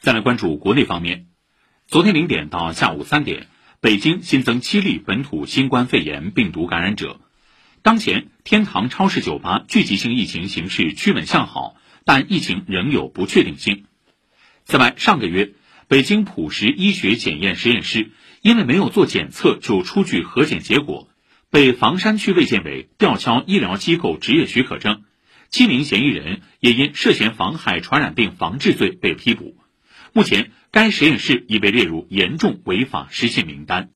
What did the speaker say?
再来关注国内方面，昨天0点到下午3点，北京新增7例本土新冠肺炎病毒感染者。当前，天堂超市酒吧聚集性疫情形势趋稳向好，但疫情仍有不确定性。此外，上个月，北京普什医学检验实验室因为没有做检测就出具核检结果，被房山区卫健委吊销医疗机构执业许可证。7名嫌疑人也因涉嫌妨害传染病防治罪被批捕。目前，该实验室已被列入严重违法失信名单。